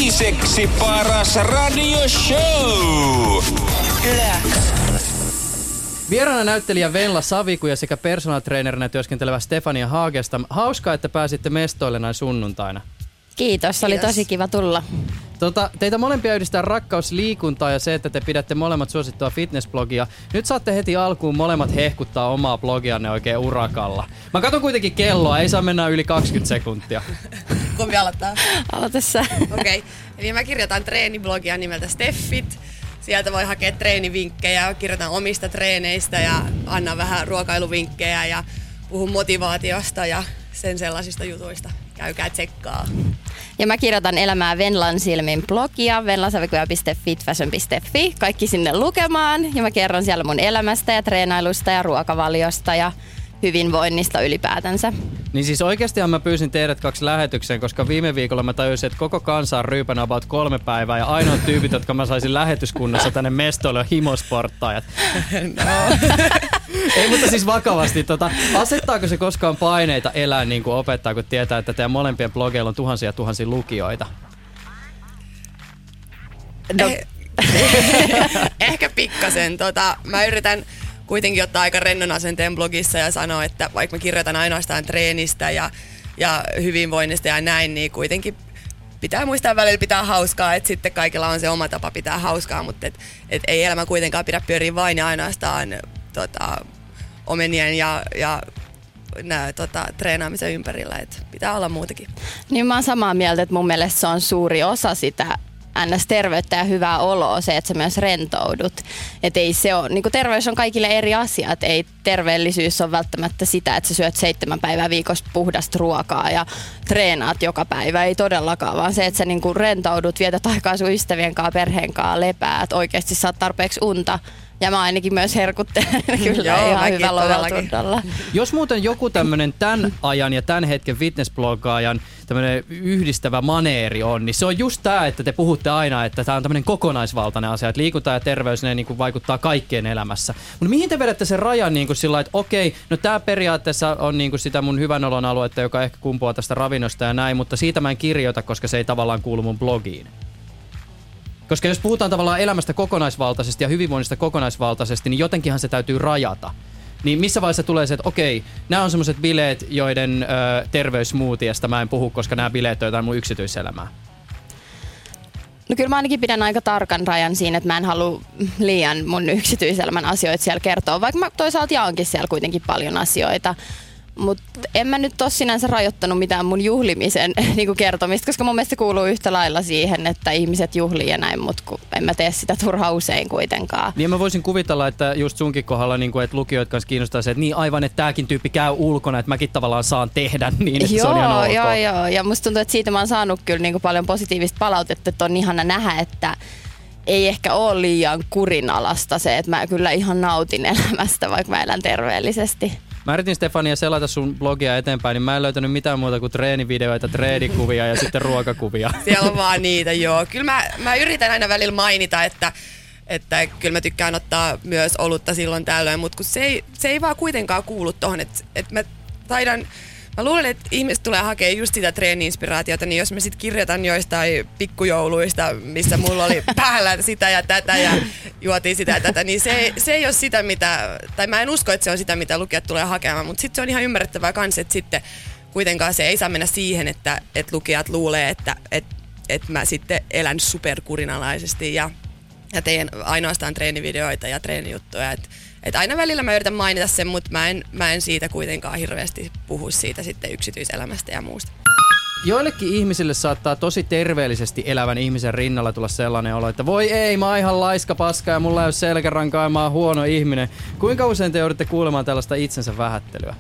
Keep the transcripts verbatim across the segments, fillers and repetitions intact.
toiseksi paras radioshow. Vieraana näyttelijä Venla Savikuja sekä personal trainerina työskentelevä Stefania Haagestam. Hauskaa, että pääsitte mestoille näin sunnuntaina. Kiitos, oli tosi kiva tulla. Tota, teitä molempia yhdistää rakkaus liikuntaa ja se, että te pidätte molemmat suosittua fitnessblogia. Nyt saatte heti alkuun molemmat hehkuttaa omaa blogianne oikein urakalla. Mä katson kuitenkin kelloa, ei saa mennä yli kaksikymmentä sekuntia. Kumpi aloittaa? Aloita sä. Okei, okay. Eli mä kirjoitan treeniblogia nimeltä Steffit. Sieltä voi hakea treenivinkkejä, kirjoitan omista treeneistä ja annan vähän ruokailuvinkkejä ja puhun motivaatiosta ja sen sellaisista jutuista. Käykää tsekkaa. Ja mä kirjoitan elämää Venlan silmin blogia, venlasavikuja piste fitfashion piste fi. Kaikki sinne lukemaan. Ja mä kerron siellä mun elämästä ja treenailusta ja ruokavaliosta ja hyvinvoinnista ylipäätänsä. Niin siis oikeastihan mä pyysin teidät kaksi lähetykseen, koska viime viikolla mä tajusin, että koko kansa on ryypänä about kolme päivää ja ainoat tyypit, jotka mä saisin lähetyskunnassa tänne mestoille on himosporttajat. No. Ei, mutta siis vakavasti, tota, asettaako se koskaan paineita elää niin kuin opettaa, kun tietää, että teidän molempien blogeilla on tuhansia tuhansia lukijoita? No. Ehkä pikkasen. Tota, mä yritän kuitenkin ottaa aika rennon asenteen blogissa ja sanoa, että vaikka mä kirjoitan ainoastaan treenistä ja, ja hyvinvoinnista ja näin, niin kuitenkin pitää muistaa välillä pitää hauskaa, että sitten kaikilla on se oma tapa pitää hauskaa, mutta et, et ei elämä kuitenkaan pidä pyöriä vain ja ainoastaan tota, omenien ja, ja nää, tota, treenaamisen ympärillä, että pitää olla muutakin. Niin mä oon samaa mieltä, että mun mielestä se on suuri osa sitä ns. Terveyttä ja hyvää oloa se, että sä myös rentoudut. Et ei se ole, niin terveys on kaikille eri asiat. Ei terveellisyys ole välttämättä sitä, että sä syöt seitsemän päivää viikossa puhdasta ruokaa ja treenaat joka päivä. Ei todellakaan, vaan se, että sä niin rentoudut, vietät aikaa sun ystävien kanssa, perheen kanssa, lepäät, oikeasti saat tarpeeksi unta. Ja mä ainakin myös herkuttelen kyllä Joo, ihan hyvällä omatunnolla. Jos muuten joku tämmönen tämän ajan ja tämän hetken fitnessbloggaajan tämmönen yhdistävä maneeri on, niin se on just tää, että te puhutte aina, että tää on tämmönen kokonaisvaltainen asia, että liikunta ja terveys ne niinku vaikuttaa kaikkeen elämässä. Mutta mihin te vedätte sen rajan niinku sillä, että okei, no tää periaatteessa on niinku sitä mun hyvän olon aluetta, joka ehkä kumpuaa tästä ravinnosta ja näin, mutta siitä mä en kirjoita, koska se ei tavallaan kuulu mun blogiin. Koska jos puhutaan tavallaan elämästä kokonaisvaltaisesti ja hyvinvoinnista kokonaisvaltaisesti, niin jotenkinhan se täytyy rajata. Niin missä vaiheessa tulee se, että okei, nämä on semmoiset bileet, joiden ö, terveyssmoothiesta mä en puhu, koska nämä bileet on jotain mun yksityiselämää? No kyllä mä ainakin pidän aika tarkan rajan siinä, että mä en halua liian mun yksityiselämän asioita siellä kertoa, vaikka mä toisaalta jaankin siellä kuitenkin paljon asioita. Mutta en mä nyt ole sinänsä rajoittanut mitään mun juhlimisen niin kertomista, koska mun mielestä se kuuluu yhtä lailla siihen, että ihmiset juhlii ja näin, mutta en mä tee sitä turha usein kuitenkaan. Niin mä voisin kuvitella, että just sunkin kohdalla, niin kuin, että lukijoit kanssa kiinnostaa se, että niin aivan, että tääkin tyyppi käy ulkona, että mäkin tavallaan saan tehdä niin, että joo, se on ihan ok. Joo, joo, ja musta tuntuu, että siitä mä oon saanut kyllä niin paljon positiivista palautetta, että on ihana nähdä, että ei ehkä ole liian kurinalasta se, että mä kyllä ihan nautin elämästä, vaikka mä elän terveellisesti. Mä yritin, Stefania, selata sun blogia eteenpäin, niin mä en löytänyt mitään muuta kuin treenivideoita, treenikuvia ja sitten ruokakuvia. Siellä on vaan niitä, joo. Kyllä mä, mä yritän aina välillä mainita, että, että kyllä mä tykkään ottaa myös olutta silloin tällöin, mutta kun se ei, se ei vaan kuitenkaan kuulu tohon, että, että mä taidan... Mä luulen, että ihmiset tulee hakemaan just sitä treeni-inspiraatiota, niin jos mä sit kirjoitan joistain pikkujouluista, missä mulla oli päällä sitä ja tätä ja juotiin sitä ja tätä, niin se ei, se ei ole sitä, mitä, tai mä en usko, että se on sitä, mitä lukijat tulee hakemaan, mutta sitten se on ihan ymmärrettävää kans, että sitten kuitenkaan se ei saa mennä siihen, että, että lukijat luulee, että, että, että mä sitten elän superkurinalaisesti ja, ja teen ainoastaan treenivideoita ja treenijuttuja, että Et aina välillä mä yritän mainita sen, mutta mä en, mä en siitä kuitenkaan hirveästi puhu siitä sitten yksityiselämästä ja muusta. Joillekin ihmisille saattaa tosi terveellisesti elävän ihmisen rinnalla tulla sellainen olo, että voi ei, mä oon ihan laiska paska ja mulla ei ole selkärankaa ja mä oon huono ihminen. Kuinka usein te joudutte kuulemaan tällaista itsensä vähättelyä?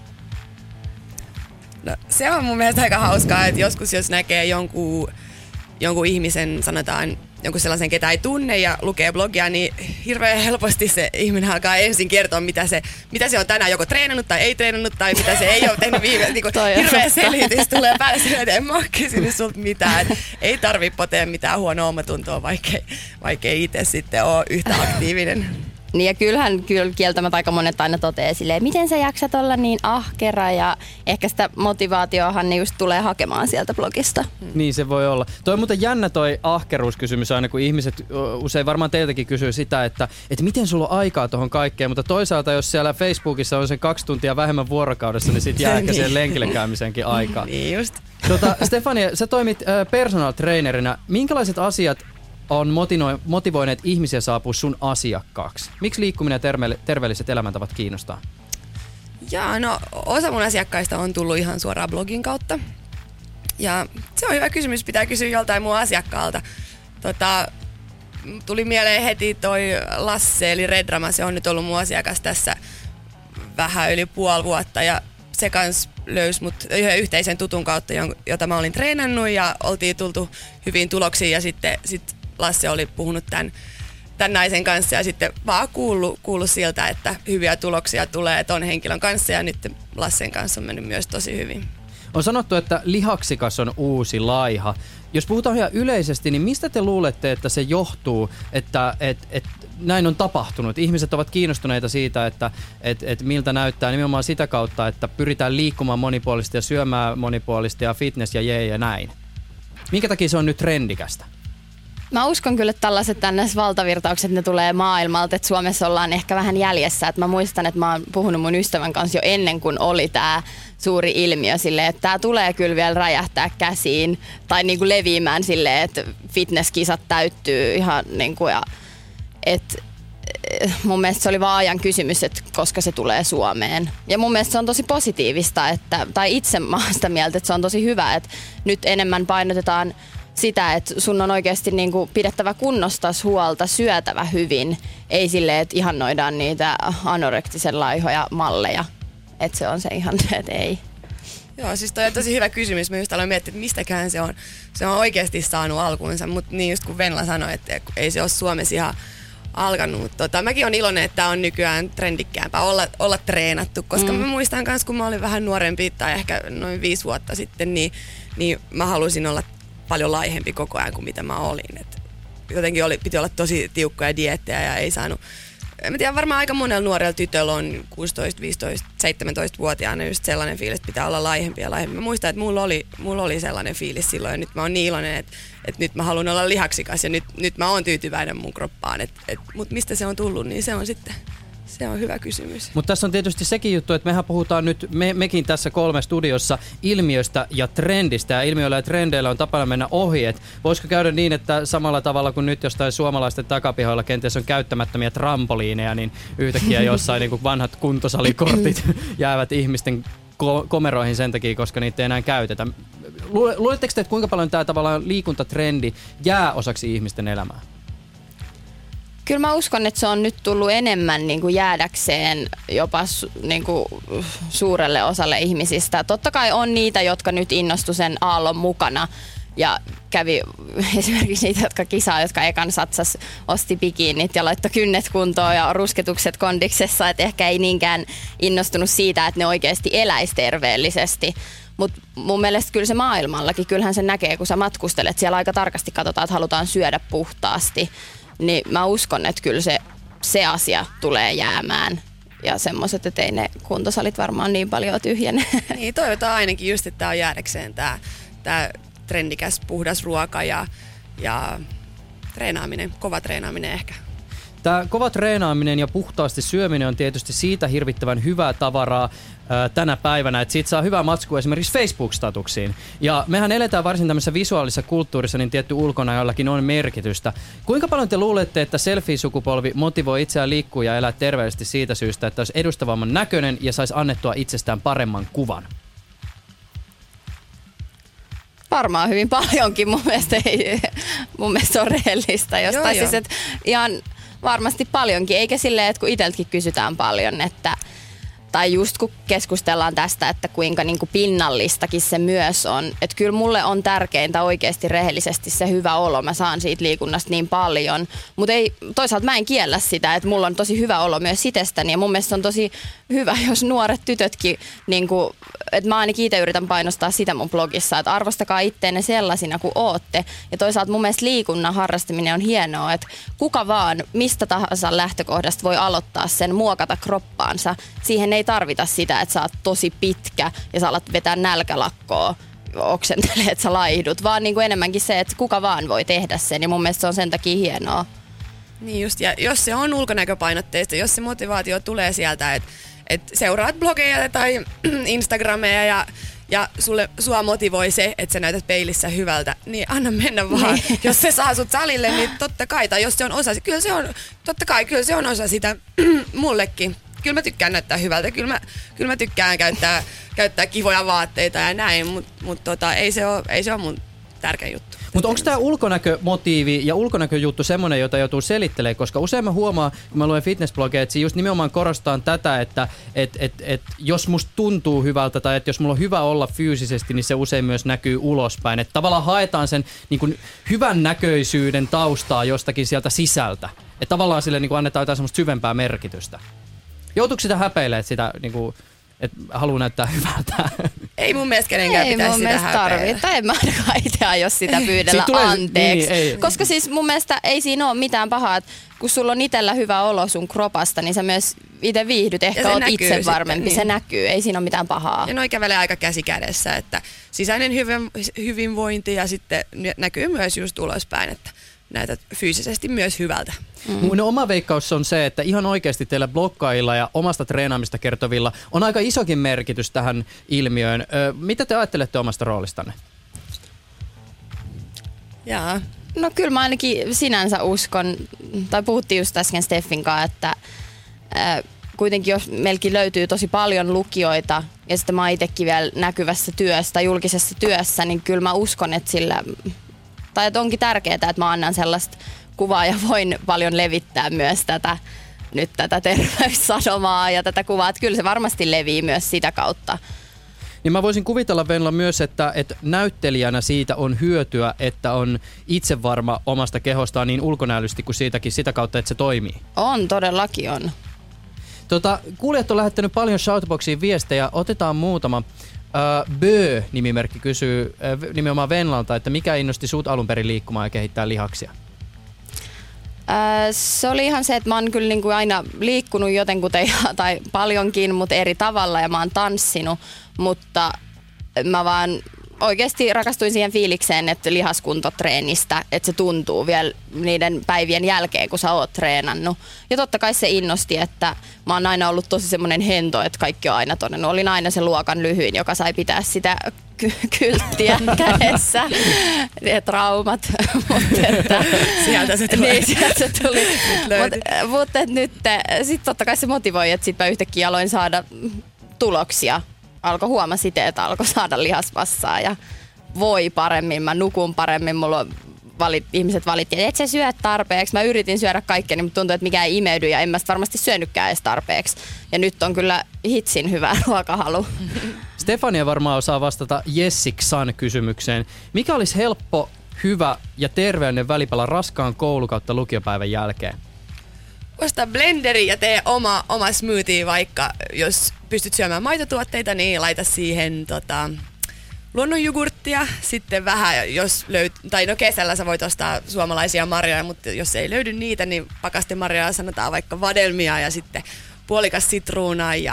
No, se on mun mielestä aika hauskaa, että joskus jos näkee jonkun, jonkun ihmisen, sanotaan jonkun sellaisen, ketä ei tunne ja lukee blogia, niin hirveän helposti se ihminen alkaa ensin kertoa, mitä se, mitä se on tänään joko treenannut tai ei treenannut tai mitä se ei ole tehnyt viime. Niin hirveä selitys tulee päälle sille, että en mä ole kysynyt sulta mitään. Et ei tarvitse potea mitään huonoa omatuntoa, vaikka, vaikka ei itse sitten ole yhtä aktiivinen. Niin ja kyllähän kyllä kieltämättä aika monet aina toteaa silleen, miten sä jaksat olla niin ahkera ja ehkä sitä motivaatiohan just tulee hakemaan sieltä blogista. Hmm. Niin se voi olla. Toi on muuten jännä toi ahkeruuskysymys aina, kun ihmiset usein varmaan teiltäkin kysyy sitä, että, että miten sulla on aikaa tuohon kaikkeen, mutta toisaalta jos siellä Facebookissa on sen kaksi tuntia vähemmän vuorokaudessa, niin sit jää ehkä siihen lenkille käymiseenkin aikaa. Niin just. Tota, Stefania, sä toimit äh, personal trainerina. Minkälaiset asiat on motivoineet ihmisiä saapua sun asiakkaaksi? Miksi liikkuminen ja terve- terveelliset elämäntavat kiinnostaa? Jaa, no osa mun asiakkaista on tullut ihan suoraan blogin kautta. Ja se on hyvä kysymys, pitää kysyä joltain mun asiakkaalta. Tota, tuli mieleen heti toi Lasse, eli Redrama, se on nyt ollut mun asiakas tässä vähän yli puoli vuotta. Ja se kans löysi mut yhden yhteisen tutun kautta, jota mä olin treenannut ja oltiin tultu hyviin tuloksiin ja sitten sit Lasse oli puhunut tämän, tämän naisen kanssa ja sitten vaan kuullut, kuullut siltä, että hyviä tuloksia tulee ton henkilön kanssa ja nyt Lassen kanssa on mennyt myös tosi hyvin. On sanottu, että lihaksikas on uusi laiha. Jos puhutaan ihan yleisesti, niin mistä te luulette, että se johtuu, että et, et, näin on tapahtunut? Ihmiset ovat kiinnostuneita siitä, että et, et miltä näyttää nimenomaan sitä kautta, että pyritään liikkumaan monipuolisesti ja syömään monipuolisesti ja fitness ja jee ja näin. Minkä takia se on nyt trendikästä? Mä uskon kyllä, että tällaiset tänne valtavirtaukset, ne tulee maailmalta, että Suomessa ollaan ehkä vähän jäljessä. Että mä muistan, että mä oon puhunut mun ystävän kanssa jo ennen kuin oli tää suuri ilmiö silleen, että tää tulee kyllä vielä räjähtää käsiin tai niinku leviämään silleen, että fitnesskisat täyttyy ihan niinku ja et mun mielestä se oli vaan ajan kysymys, että koska se tulee Suomeen. Ja mun mielestä se on tosi positiivista, että, tai itse mä oon sitä mieltä, että se on tosi hyvä, että nyt enemmän painotetaan sitä, että sun on oikeasti niinku pidettävä kunnostas huolta, syötävä hyvin. Ei silleen, että ihannoidaan niitä anorektisen laihoja malleja. Että se on se ihan, että ei. Joo, siis toi on tosi hyvä kysymys. Mä just aloin miettiä, että mistäkään se on, se on oikeasti saanut alkuunsa. Mutta niin just kuin Venla sanoi, että ei se ole Suomessa ihan alkanut. Tota, mäkin on iloinen, että tää on nykyään trendikkäämpää olla, olla treenattu. Koska mm. mä muistan myös, kun mä olin vähän nuorempi tai ehkä noin viisi vuotta sitten, niin, niin mä halusin olla paljon laihempi koko ajan kuin mitä mä olin. Et jotenkin oli, piti olla tosi tiukkoja dieettejä ja ei saanut. Mä tiedän, varmaan aika monella nuorella tytöllä on kuusitoista, viisitoista, seitsemäntoista-vuotiaana just sellainen fiilis, että pitää olla laihempi ja laihempi. Mä muistan, että mulla oli, mulla oli sellainen fiilis silloin ja nyt mä oon niin iloinen, että, että nyt mä haluan olla lihaksikas ja nyt, nyt mä oon tyytyväinen mun kroppaan. Et, et, mut mistä se on tullut, niin se on sitten... Se on hyvä kysymys. Mutta tässä on tietysti sekin juttu, että mehän puhutaan nyt, me, mekin tässä kolme studiossa ilmiöstä ja trendistä. Ja ilmiöillä ja trendeillä on tapana mennä ohi. Et voisiko käydä niin, että samalla tavalla kuin nyt jostain suomalaisten takapihoilla kenties on käyttämättömiä trampoliineja, niin yhtäkkiä jossain niin kuin vanhat kuntosalikortit jäävät ihmisten ko- komeroihin sen takia, koska niitä ei enää käytetä. Luuletteko te, että kuinka paljon tämä tavallaan liikuntatrendi jää osaksi ihmisten elämää? Kyllä mä uskon, että se on nyt tullut enemmän niin kuin jäädäkseen jopa su, niin kuin suurelle osalle ihmisistä. Totta kai on niitä, jotka nyt innostu sen aallon mukana ja kävi esimerkiksi niitä, jotka kisaa, jotka ekan satsas, osti bikinit ja laittoi kynnet kuntoon ja rusketukset kondiksessa. Että ehkä ei niinkään innostunut siitä, että ne oikeasti eläisi terveellisesti. Mutta mun mielestä kyllä se maailmallakin, kyllähän se näkee, kun sä matkustelet. Siellä aika tarkasti katsotaan, että halutaan syödä puhtaasti. Niin mä uskon, että kyllä se, se asia tulee jäämään. Ja semmoiset, että ei ne kuntosalit varmaan niin paljon tyhjene. Niin, toivotaan ainakin just, että tää on jäädäkseen tää, tää trendikäs puhdas ruoka ja, ja treenaaminen, kova treenaaminen ehkä. Tämä kova treenaaminen ja puhtaasti syöminen on tietysti siitä hirvittävän hyvää tavaraa ää, tänä päivänä, että siitä saa hyvää matskua esimerkiksi Facebook-statuksiin. Ja mehän eletään varsin tämmöisessä visuaalisessa kulttuurissa, niin tietty ulkona jollakin on merkitystä. Kuinka paljon te luulette, että selfie-sukupolvi motivoi itseään liikkua ja elää terveellisesti siitä syystä, että olisi edustavamman näköinen ja saisi annettua itsestään paremman kuvan? Varmaan hyvin paljonkin. Mun mielestä, ei, mun mielestä on rehellistä. Jos tai siis, että ihan varmasti paljonkin, eikä silleen, että kun itseltäkin kysytään paljon, että Tai just kun keskustellaan tästä, että kuinka niin kuin pinnallistakin se myös on. Että kyllä mulle on tärkeintä oikeasti rehellisesti se hyvä olo. Mä saan siitä liikunnasta niin paljon. Mutta toisaalta mä en kiellä sitä, että mulla on tosi hyvä olo myös itsestäni. Ja mun mielestä on tosi hyvä, jos nuoret tytötkin, niin kuin, että mä ainakin itse yritän painostaa sitä mun blogissa, että arvostakaa itteenne sellaisina kuin ootte. Ja toisaalta mun mielestä liikunnan harrastaminen on hienoa, että kuka vaan mistä tahansa lähtökohdasta voi aloittaa sen, muokata kroppaansa. Siihen ei tarvita sitä, että sä oot tosi pitkä ja sä alat vetää nälkälakkoa oksentelee, että sä laihdut, vaan niin kuin enemmänkin se, että kuka vaan voi tehdä sen ja mun mielestä se on sen takia hienoa. Niin just, ja jos se on ulkonäköpainotteista, jos se motivaatio tulee sieltä, että et seuraat blogeja tai Instagrameja ja, ja sulle, sua motivoi se, että sä näytät peilissä hyvältä, niin anna mennä vaan. Niin. Jos se saa sut salille, niin totta kai, tai jos se on osa, kyllä se on, totta kai, kyllä se on osa sitä mullekin. Kyllä mä tykkään näyttää hyvältä, kyllä mä, kyllä mä tykkään käyttää, käyttää kivoja vaatteita ja näin, mutta mut tota, ei, se ole, ei se ole mun tärkein juttu. Mutta onko tämä ulkonäkömotiivi ja ulkonäköjuttu semmoinen, jota joutuu selittelemään, koska usein mä huomaan, kun mä luen fitnessblogeja, että just nimenomaan korostaa tätä, että et, et, et, jos musta tuntuu hyvältä tai että jos mulla on hyvä olla fyysisesti, niin se usein myös näkyy ulospäin. Että tavallaan haetaan sen niin kun, hyvän näköisyyden taustaa jostakin sieltä sisältä. Että tavallaan sille niin kun, annetaan jotain semmoista syvempää merkitystä. Joutuuko sitä häpeilemään, että sitä niin kun, että haluaa näyttää hyvältä? Ei mun mielestä kenenkään ei pitäisi sitä häpeillä. Ei mun mielestä tarvita. En mä ainakaan itse aio sitä pyydellä tulee, anteeksi. Niin, koska siis mun mielestä ei siinä ole mitään pahaa, että kun sulla on itsellä hyvä olo sun kropasta, niin sä myös itse viihdyt. Ehkä oot itse varmempi. Niin. Se näkyy. Ei siinä ole mitään pahaa. Ja noi kävelee aika käsi kädessä, että sisäinen hyvin, hyvinvointi ja sitten näkyy myös just ulospäin, että näytät fyysisesti myös hyvältä. Mm. Mun oma veikkaus on se, että ihan oikeasti teillä bloggaajilla ja omasta treenaamista kertovilla on aika isokin merkitys tähän ilmiöön. Ö, mitä te ajattelette omasta roolistanne? Jaa. No kyllä mä ainakin sinänsä uskon, tai puhuttiin just äsken Steffin kanssa, että äh, kuitenkin jos meilläkin löytyy tosi paljon lukijoita ja sitten mä oon itsekin vielä näkyvässä työssä tai julkisessa työssä, niin kyllä mä uskon, että sillä, tai että onkin tärkeää, että mä annan sellaista kuvaa ja voin paljon levittää myös tätä, nyt tätä terveyssanomaa ja tätä kuvaa, että kyllä se varmasti levii myös sitä kautta. Niin mä voisin kuvitella, Venla, myös, että, että näyttelijänä siitä on hyötyä, että on itsevarma omasta kehostaan niin ulkonäöllisesti kuin siitäkin sitä kautta, että se toimii. On, todellakin on. Tota, kuulijat on lähettänyt paljon shoutboxiin viestejä. Otetaan muutama. Uh, Bö-nimimerkki kysyy uh, nimenomaan Venlalta, että mikä innosti sut alun perin liikkumaan ja kehittää lihaksia? Uh, se oli ihan se, että mä oon kyllä niinku aina liikkunut jotenkuten tai paljonkin, mutta eri tavalla ja mä oon tanssinut, mutta mä vaan oikeasti rakastuin siihen fiilikseen, että lihaskuntotreenistä, että se tuntuu vielä niiden päivien jälkeen, kun sä oot treenannut. Ja totta kai se innosti, että mä oon aina ollut tosi semmoinen hento, että kaikki on aina todennut. Olin aina se luokan lyhyin, joka sai pitää sitä ky- kylttiä kädessä. Ne traumat. Mutta sieltä se tuli. Niin, sieltä se tuli. Mutta mut, nyt sitten totta kai se motivoi, että sitten mä yhtäkkiä aloin saada tuloksia. Alkoi huomasi itse, että alkoi saada lihasmassaa ja voi paremmin, mä nukun paremmin, mulla valit, ihmiset valittiin, että et sä syöt tarpeeksi. Mä yritin syödä kaikkea, niin tuntuu, että mikään ei imeydy ja en mä varmasti syönytkään edes tarpeeksi. Ja nyt on kyllä hitsin hyvä ruokahalu. Stefania varmaan osaa vastata Jessiksan kysymykseen. Mikä olisi helppo, hyvä ja terveellinen välipala raskaan koulu kautta lukiopäivän jälkeen? Osta blenderi ja tee oma, oma smoothie vaikka, jos pystyt syömään maitotuotteita, niin laita siihen tota, luonnonjogurttia. Sitten vähän, jos löyt- tai no kesällä sä voit ostaa suomalaisia marjoja, mutta jos ei löydy niitä, niin pakastemarjoja sanotaan vaikka vadelmia ja sitten puolikas sitruuna ja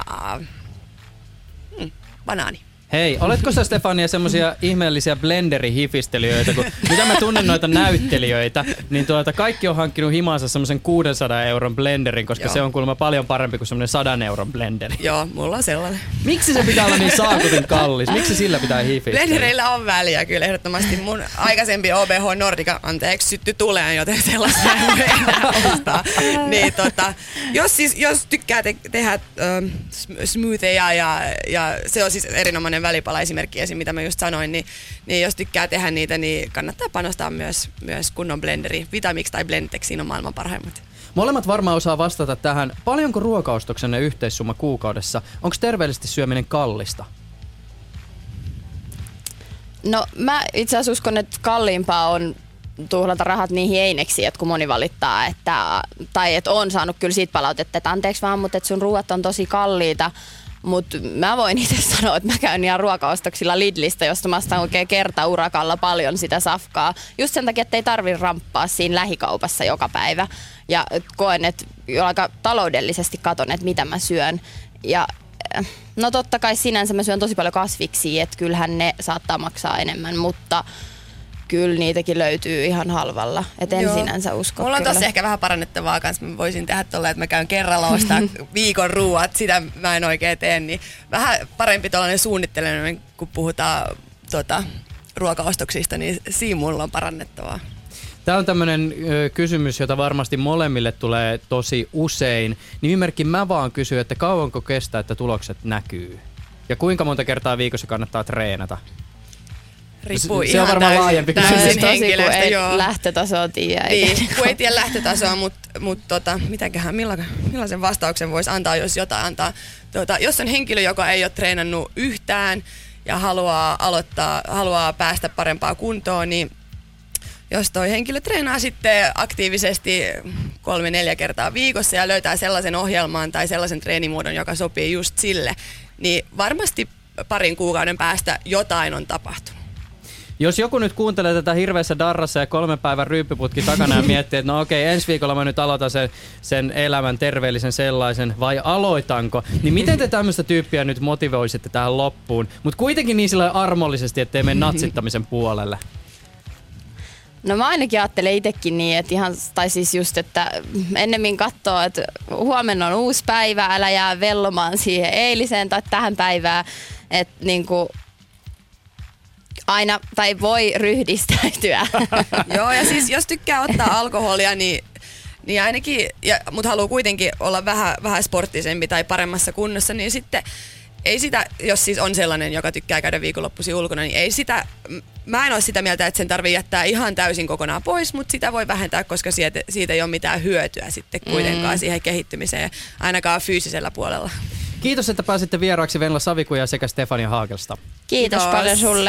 hmm, banaani. Hei, oletko sä, Stefania, semmosia ihmeellisiä blenderi-hifistelijöitä, kun mitä mä tunnen noita näyttelijöitä, niin tuota, kaikki on hankkinut himansa semmoisen kuudensadan euron blenderin, koska Joo. se on kuulemma paljon parempi kuin semmoinen sadan euron blenderi. Joo, mulla on sellainen. Miksi se pitää olla niin saakutin kallis? Miksi sillä pitää hifistellä? Blendereillä on väliä kyllä ehdottomasti. Mun aikaisempi O B H Nordica, anteeksi, sytty tuleen, joten sellaista ei voi enää ostaa. Niin, tota, jos, siis, jos tykkää te- tehdä ähm, smoothieja ja, ja se on siis erinomainen välipala esimerkki esim. Mitä mä just sanoin, niin, niin jos tykkää tehdä niitä, niin kannattaa panostaa myös, myös kunnon blenderi. Vitamix tai Blendtec, siinä on maailman parhaimmat. Molemmat varmaan osaa vastata tähän. Paljonko ruokaostoksenne yhteissumma kuukaudessa? Onko terveellisesti syöminen kallista? No mä itse asiassa uskon, että kalliimpaa on tuhlata rahat niihin eineksiin, että kun moni valittaa, että, tai että on saanut kyllä siitä palautetta, että anteeksi vaan, mutta että sun ruuat on tosi kalliita. Mutta mä voin itse sanoa, että mä käyn ihan ruokaostoksilla Lidlistä, josta mä ostan oikein kerta urakalla paljon sitä safkaa. Just sen takia, että ei tarvitse ramppaa siinä lähikaupassa joka päivä. Ja koen, että aika taloudellisesti katon, että mitä mä syön. Ja no totta kai sinänsä mä syön tosi paljon kasviksia, että kyllähän ne saattaa maksaa enemmän, mutta kyllä niitäkin löytyy ihan halvalla. Et en Joo. sinänsä usko. Mulla on kyllä. tossa ehkä vähän parannettavaa kanssa. Mä voisin tehdä tolleen, että mä käyn kerralla ostaa viikon ruuat. Sitä mä en oikein tee. Niin vähän parempi tollainen suunnitteleminen, kun puhutaan tota, ruokaostoksista, niin siinä mulla on parannettavaa. Tämä on tämmöinen ö, kysymys, jota varmasti molemmille tulee tosi usein. Nimimerkki mä vaan kysyn, että kauanko kestää, että tulokset näkyy? Ja kuinka monta kertaa viikossa kannattaa treenata? Riippuu se ihan on varmaan täysin, laajempi täysin kysymys. henkilöstä, tosi, kun joo. ei lähtötasoa tiedä. Niin, kun ei tiedä lähtötasoa, mutta mut tota, mitäköhän, millaisen, millaisen vastauksen voisi antaa, jos jotain antaa. Tota, jos on henkilö, joka ei ole treenannut yhtään ja haluaa aloittaa, haluaa päästä parempaan kuntoon, niin jos toi henkilö treenaa sitten aktiivisesti kolme, neljä kertaa viikossa ja löytää sellaisen ohjelman tai sellaisen treenimuodon, joka sopii just sille, niin varmasti parin kuukauden päästä jotain on tapahtunut. Jos joku nyt kuuntelee tätä hirveässä darrassa ja kolmen päivän ryyppiputki takana ja miettii, että no okei, ensi viikolla mä nyt aloitan sen, sen elämän terveellisen sellaisen, vai aloitanko, niin miten te tämmöistä tyyppiä nyt motivoisitte tähän loppuun, mutta kuitenkin niin sillä armollisesti, ettei mene natsittamisen puolelle? No mä ainakin ajattelen itsekin niin, että ihan, tai siis just, että ennemmin katsoo, että huomenna on uusi päivä, älä jää vellomaan siihen eiliseen tai tähän päivään, että niinku aina, tai voi ryhdistäytyä. Joo, ja siis jos tykkää ottaa alkoholia, niin, niin ainakin, ja, mutta haluaa kuitenkin olla vähän, vähän sporttisempi tai paremmassa kunnossa, niin sitten ei sitä, jos siis on sellainen, joka tykkää käydä viikonloppuisin ulkona, niin ei sitä, mä en ole sitä mieltä, että sen tarvii jättää ihan täysin kokonaan pois, mutta sitä voi vähentää, koska siitä, siitä ei ole mitään hyötyä sitten kuitenkaan mm. siihen kehittymiseen, ainakaan fyysisellä puolella. Kiitos, että pääsitte vieraaksi Venla Savikuja sekä Stefania Haagelsta. Kiitos, Kiitos paljon sulle.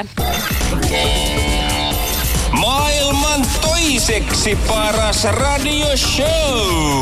Maailman toiseksi paras radioshow.